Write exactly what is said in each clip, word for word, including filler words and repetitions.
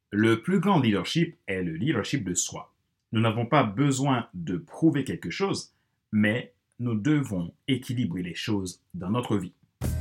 Le plus grand leadership est le leadership de soi. Nous n'avons pas besoin de prouver quelque chose, mais nous devons équilibrer les choses dans notre vie.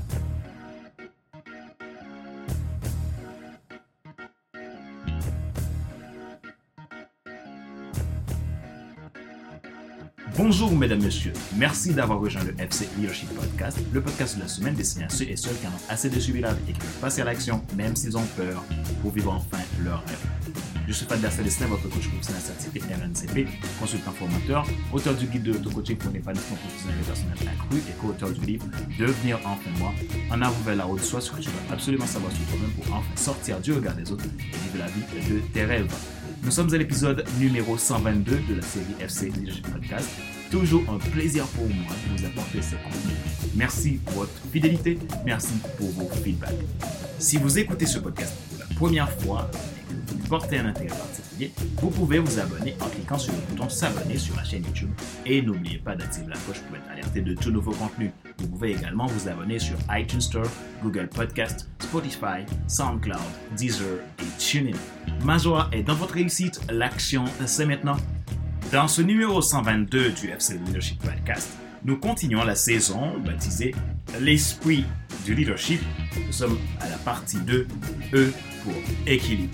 Bonjour mesdames, messieurs. Merci d'avoir rejoint le F C Leadership Podcast, le podcast de la semaine destiné à ceux et celles qui en ont assez de subir la vie et qui veulent passer à l'action, même s'ils ont peur, pour vivre enfin leur rêve. Je suis Fadler Célestin, votre coach professionnel certifié R N C P, consultant formateur, auteur du guide de l'auto-coaching pour l'épanouissement professionnel et personnel accru et co-auteur du livre Devenir enfin moi, en avant vers la route de soi, ce que tu dois absolument savoir sur toi-même pour enfin sortir du regard des autres et vivre la vie de tes rêves. Nous sommes à l'épisode numéro cent vingt-deux de la série F C Leadership Podcast. Toujours un plaisir pour moi de vous apporter ces contenus. Merci pour votre fidélité, merci pour vos feedbacks. Si vous écoutez ce podcast pour la première fois et que vous portez un intérêt particulier, vous pouvez vous abonner en cliquant sur le bouton s'abonner sur la chaîne YouTube et n'oubliez pas d'activer la cloche pour être alerté de tous nouveaux contenus. Vous pouvez également vous abonner sur iTunes Store, Google Podcast, Spotify, SoundCloud, Deezer et TuneIn. Ma joie est dans votre réussite, l'action c'est maintenant. Dans ce numéro cent vingt-deux du F C Leadership Podcast, nous continuons la saison baptisée L'esprit du leadership. Nous sommes à la partie deux, E pour équilibre.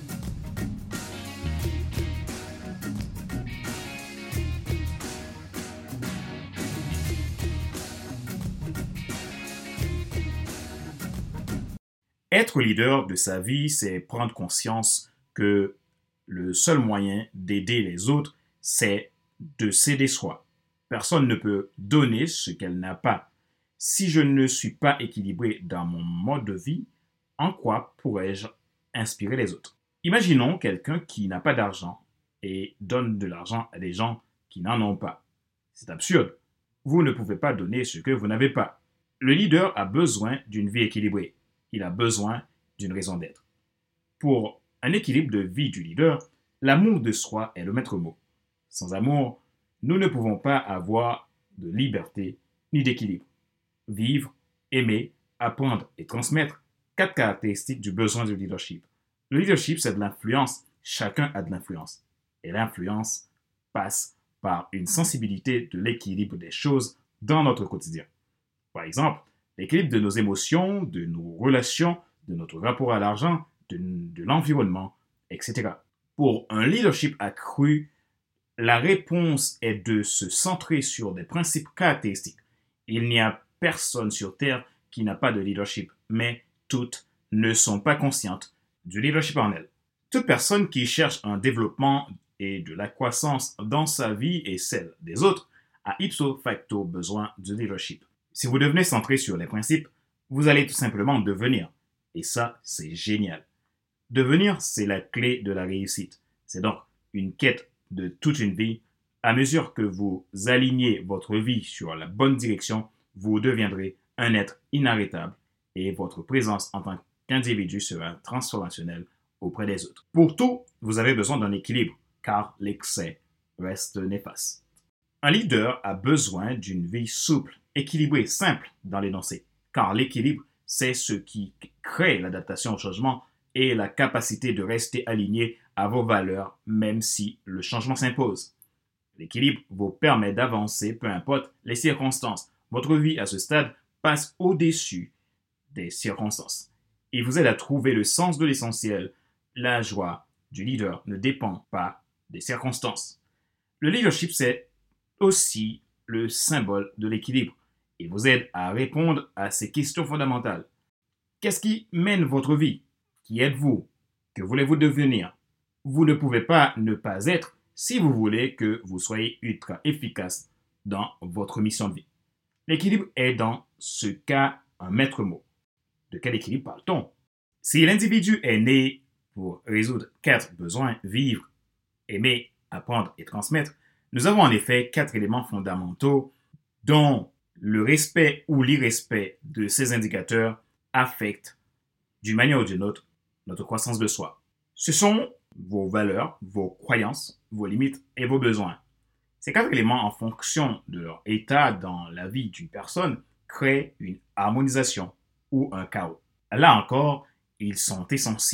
Être leader de sa vie, c'est prendre conscience que le seul moyen d'aider les autres, c'est de s'aider soi. Personne ne peut donner ce qu'elle n'a pas. Si je ne suis pas équilibré dans mon mode de vie, en quoi pourrais-je inspirer les autres? Imaginons quelqu'un qui n'a pas d'argent et donne de l'argent à des gens qui n'en ont pas. C'est absurde. Vous ne pouvez pas donner ce que vous n'avez pas. Le leader a besoin d'une vie équilibrée. Il a besoin d'une raison d'être. Pour un équilibre de vie du leader, l'amour de soi est le maître mot. Sans amour, nous ne pouvons pas avoir de liberté ni d'équilibre. Vivre, aimer, apprendre et transmettre, quatre caractéristiques du besoin du leadership. Le leadership, c'est de l'influence. Chacun a de l'influence. Et l'influence passe par une sensibilité de l'équilibre des choses dans notre quotidien. Par exemple, l'équilibre de nos émotions, de nos relations, de notre rapport à l'argent, de, de l'environnement, et cetera. Pour un leadership accru, la réponse est de se centrer sur des principes caractéristiques. Il n'y a personne sur Terre qui n'a pas de leadership, mais toutes ne sont pas conscientes du leadership en elles. Toute personne qui cherche un développement et de la croissance dans sa vie et celle des autres a ipso facto besoin de leadership. Si vous devenez centré sur les principes, vous allez tout simplement devenir. Et ça, c'est génial. Devenir, c'est la clé de la réussite. C'est donc une quête de toute une vie. À mesure que vous alignez votre vie sur la bonne direction, vous deviendrez un être inarrêtable et votre présence en tant qu'individu sera transformationnelle auprès des autres. Pour tout, vous avez besoin d'un équilibre, car l'excès reste néfaste. Un leader a besoin d'une vie souple, équilibrée, simple dans l'énoncé, car l'équilibre, c'est ce qui crée l'adaptation au changement et la capacité de rester aligné à vos valeurs, même si le changement s'impose. L'équilibre vous permet d'avancer, peu importe les circonstances. Votre vie à ce stade passe au-dessus des circonstances. Il vous aide à trouver le sens de l'essentiel. La joie du leader ne dépend pas des circonstances. Le leadership, c'est aussi le symbole de l'équilibre. Il vous aide à répondre à ces questions fondamentales. Qu'est-ce qui mène votre vie? Qui êtes-vous? Que voulez-vous devenir? Vous ne pouvez pas ne pas être si vous voulez que vous soyez ultra efficace dans votre mission de vie. L'équilibre est dans ce cas un maître mot. De quel équilibre parle-t-on? Si l'individu est né pour résoudre quatre besoins, vivre, aimer, apprendre et transmettre, nous avons en effet quatre éléments fondamentaux dont le respect ou l'irrespect de ces indicateurs affecte d'une manière ou d'une autre notre croissance de soi. Ce sont vos valeurs, vos croyances, vos limites et vos besoins. Ces quatre éléments, en fonction de leur état dans la vie d'une personne, créent une harmonisation ou un chaos. Là encore, ils sont essentiels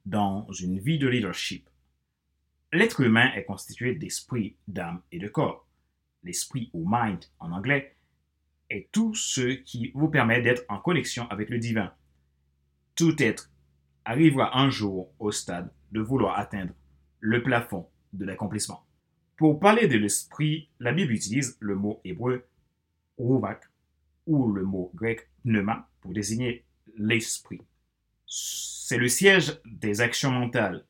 dans une vie de leadership. L'être humain est constitué d'esprit, d'âme et de corps. L'esprit ou mind en anglais est tout ce qui vous permet d'être en connexion avec le divin. Tout être arrivera un jour au stade de vouloir atteindre le plafond de l'accomplissement. Pour parler de l'esprit, la Bible utilise le mot hébreu ruach ou le mot grec pneuma pour désigner l'esprit. C'est le siège des actions mentales.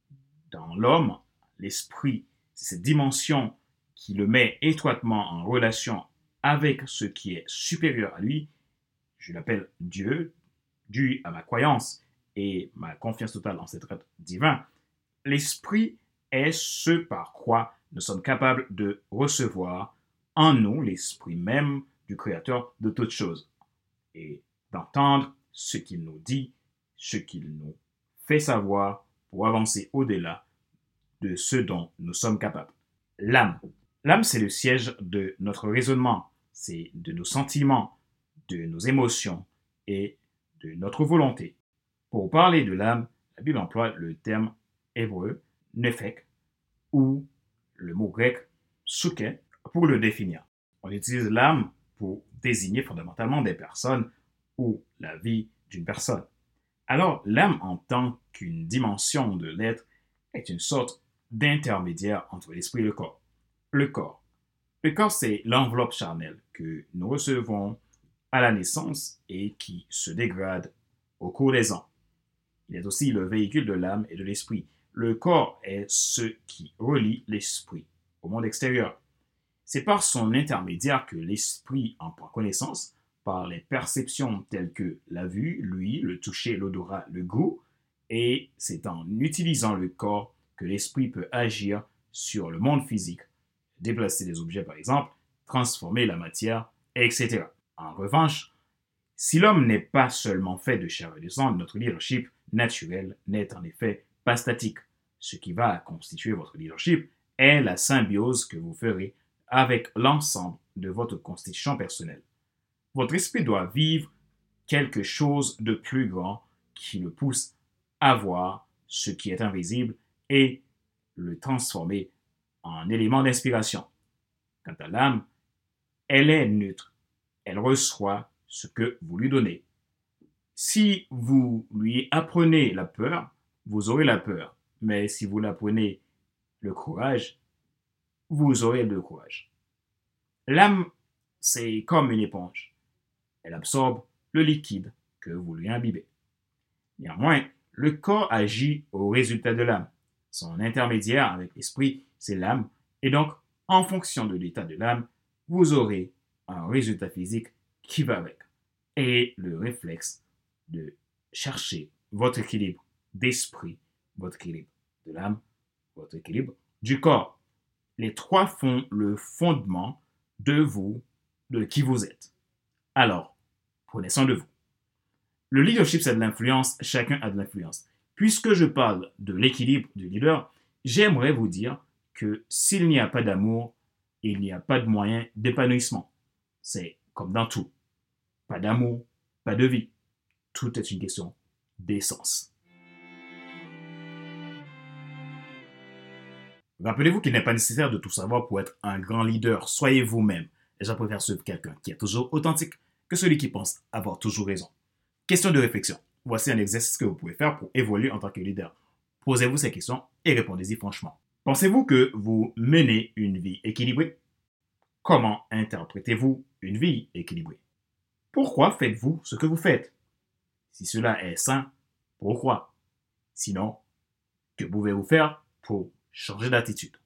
Dans l'homme, l'esprit, c'est cette dimension qui le met étroitement en relation avec ce qui est supérieur à lui. Je l'appelle Dieu, dû à ma croyance et ma confiance totale en cet être divin. L'esprit est ce par quoi nous sommes capables de recevoir en nous l'esprit même du Créateur de toutes choses et d'entendre ce qu'il nous dit, ce qu'il nous fait savoir pour avancer au-delà de ce dont nous sommes capables. L'âme. L'âme, c'est le siège de notre raisonnement, c'est de nos sentiments, de nos émotions et de notre volonté. Pour parler de l'âme, la Bible emploie le terme hébreu nephek ou le mot grec souké pour le définir. On utilise l'âme pour désigner fondamentalement des personnes ou la vie d'une personne. Alors, l'âme en tant qu'une dimension de l'être est une sorte d'intermédiaire entre l'esprit et le corps. Le corps. Le corps, c'est l'enveloppe charnelle que nous recevons à la naissance et qui se dégrade au cours des ans. Il est aussi le véhicule de l'âme et de l'esprit. Le corps est ce qui relie l'esprit au monde extérieur. C'est par son intermédiaire que l'esprit en prend connaissance, par les perceptions telles que la vue, l'ouïe, le toucher, l'odorat, le goût, et c'est en utilisant le corps que l'esprit peut agir sur le monde physique, déplacer des objets par exemple, transformer la matière, et cetera. En revanche, si l'homme n'est pas seulement fait de chair et de sang, notre leadership naturel n'est en effet pas statique. Ce qui va constituer votre leadership est la symbiose que vous ferez avec l'ensemble de votre constitution personnelle. Votre esprit doit vivre quelque chose de plus grand qui le pousse à voir ce qui est invisible et le transformer en élément d'inspiration. Quant à l'âme, elle est neutre. Elle reçoit ce que vous lui donnez. Si vous lui apprenez la peur, vous aurez la peur. Mais si vous l'apprenez le courage, vous aurez le courage. L'âme, c'est comme une éponge. Elle absorbe le liquide que vous lui imbibez. Néanmoins, le corps agit au résultat de l'âme. Son intermédiaire avec l'esprit, c'est l'âme. Et donc, en fonction de l'état de l'âme, vous aurez un résultat physique qui va avec. Et le réflexe de chercher votre équilibre d'esprit, votre équilibre de l'âme, votre équilibre du corps. Les trois font le fondement de vous, de qui vous êtes. Alors, prenez soin de vous. Le leadership, c'est de l'influence. Chacun a de l'influence. Puisque je parle de l'équilibre du leader, j'aimerais vous dire que s'il n'y a pas d'amour, il n'y a pas de moyen d'épanouissement. C'est comme dans tout. Pas d'amour, pas de vie. Tout est une question d'essence. Rappelez-vous qu'il n'est pas nécessaire de tout savoir pour être un grand leader. Soyez vous-même. Les gens préfèrent suivre quelqu'un qui est toujours authentique que celui qui pense avoir toujours raison. Question de réflexion. Voici un exercice que vous pouvez faire pour évoluer en tant que leader. Posez-vous ces questions et répondez-y franchement. Pensez-vous que vous menez une vie équilibrée? Comment interprétez-vous une vie équilibrée? Pourquoi faites-vous ce que vous faites? Si cela est sain, pourquoi? Sinon, que pouvez-vous faire pour changer d'attitude?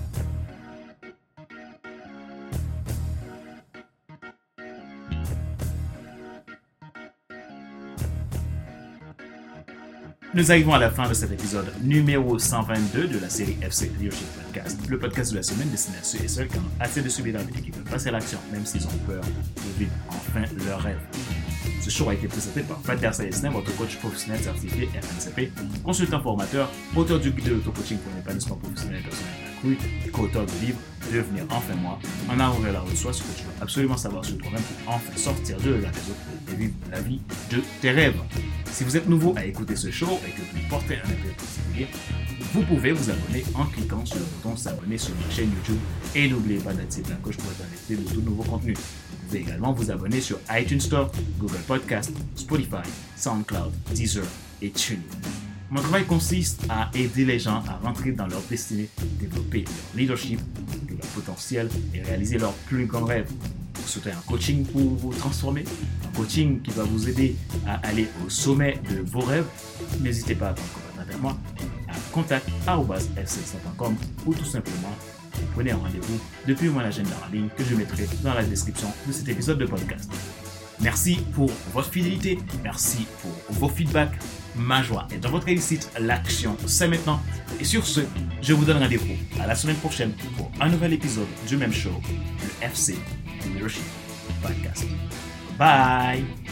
Nous arrivons à la fin de cet épisode numéro cent vingt-deux de la série F C Leadership Podcast, le podcast de la semaine destiné à ceux et celles qui ont assez de subir et qui veulent passer à l'action, même s'ils ont peur de vivre enfin leur rêve. Ce show a été présenté par Pater Salestin, votre coach professionnel certifié R N C P, consultant formateur, auteur du guide de l'auto-coaching pour un épanouissement professionnel et personnel accru, et co-auteur du livre Devenir enfin moi, en avant vers la route, soit ce que tu veux absolument savoir sur toi-même pour enfin sortir de la réseau et vivre la vie de tes rêves. Si vous êtes nouveau à écouter ce show et que vous portez un intérêt particulier, vous pouvez vous abonner en cliquant sur le bouton s'abonner sur ma chaîne YouTube et n'oubliez pas d'activer la cloche pour être alerté de tout nouveau contenu. Vous pouvez également vous abonner sur iTunes Store, Google Podcast, Spotify, SoundCloud, Deezer et TuneIn. Mon travail consiste à aider les gens à rentrer dans leur destinée, développer leur leadership, leur potentiel et réaliser leurs plus grands rêves. Vous souhaitez un coaching pour vous transformer, un coaching qui va vous aider à aller au sommet de vos rêves, n'hésitez pas à prendre contact avec moi à contact arobase f c cent point com ou tout simplement vous prenez un rendez-vous depuis mon agenda en ligne que je mettrai dans la description de cet épisode de podcast. Merci pour votre fidélité, merci pour vos feedbacks. Ma joie est dans votre réussite, l'action c'est maintenant. Et sur ce, je vous donne rendez-vous à la semaine prochaine pour un nouvel épisode du même show, le F C Leadership Podcast. Bye!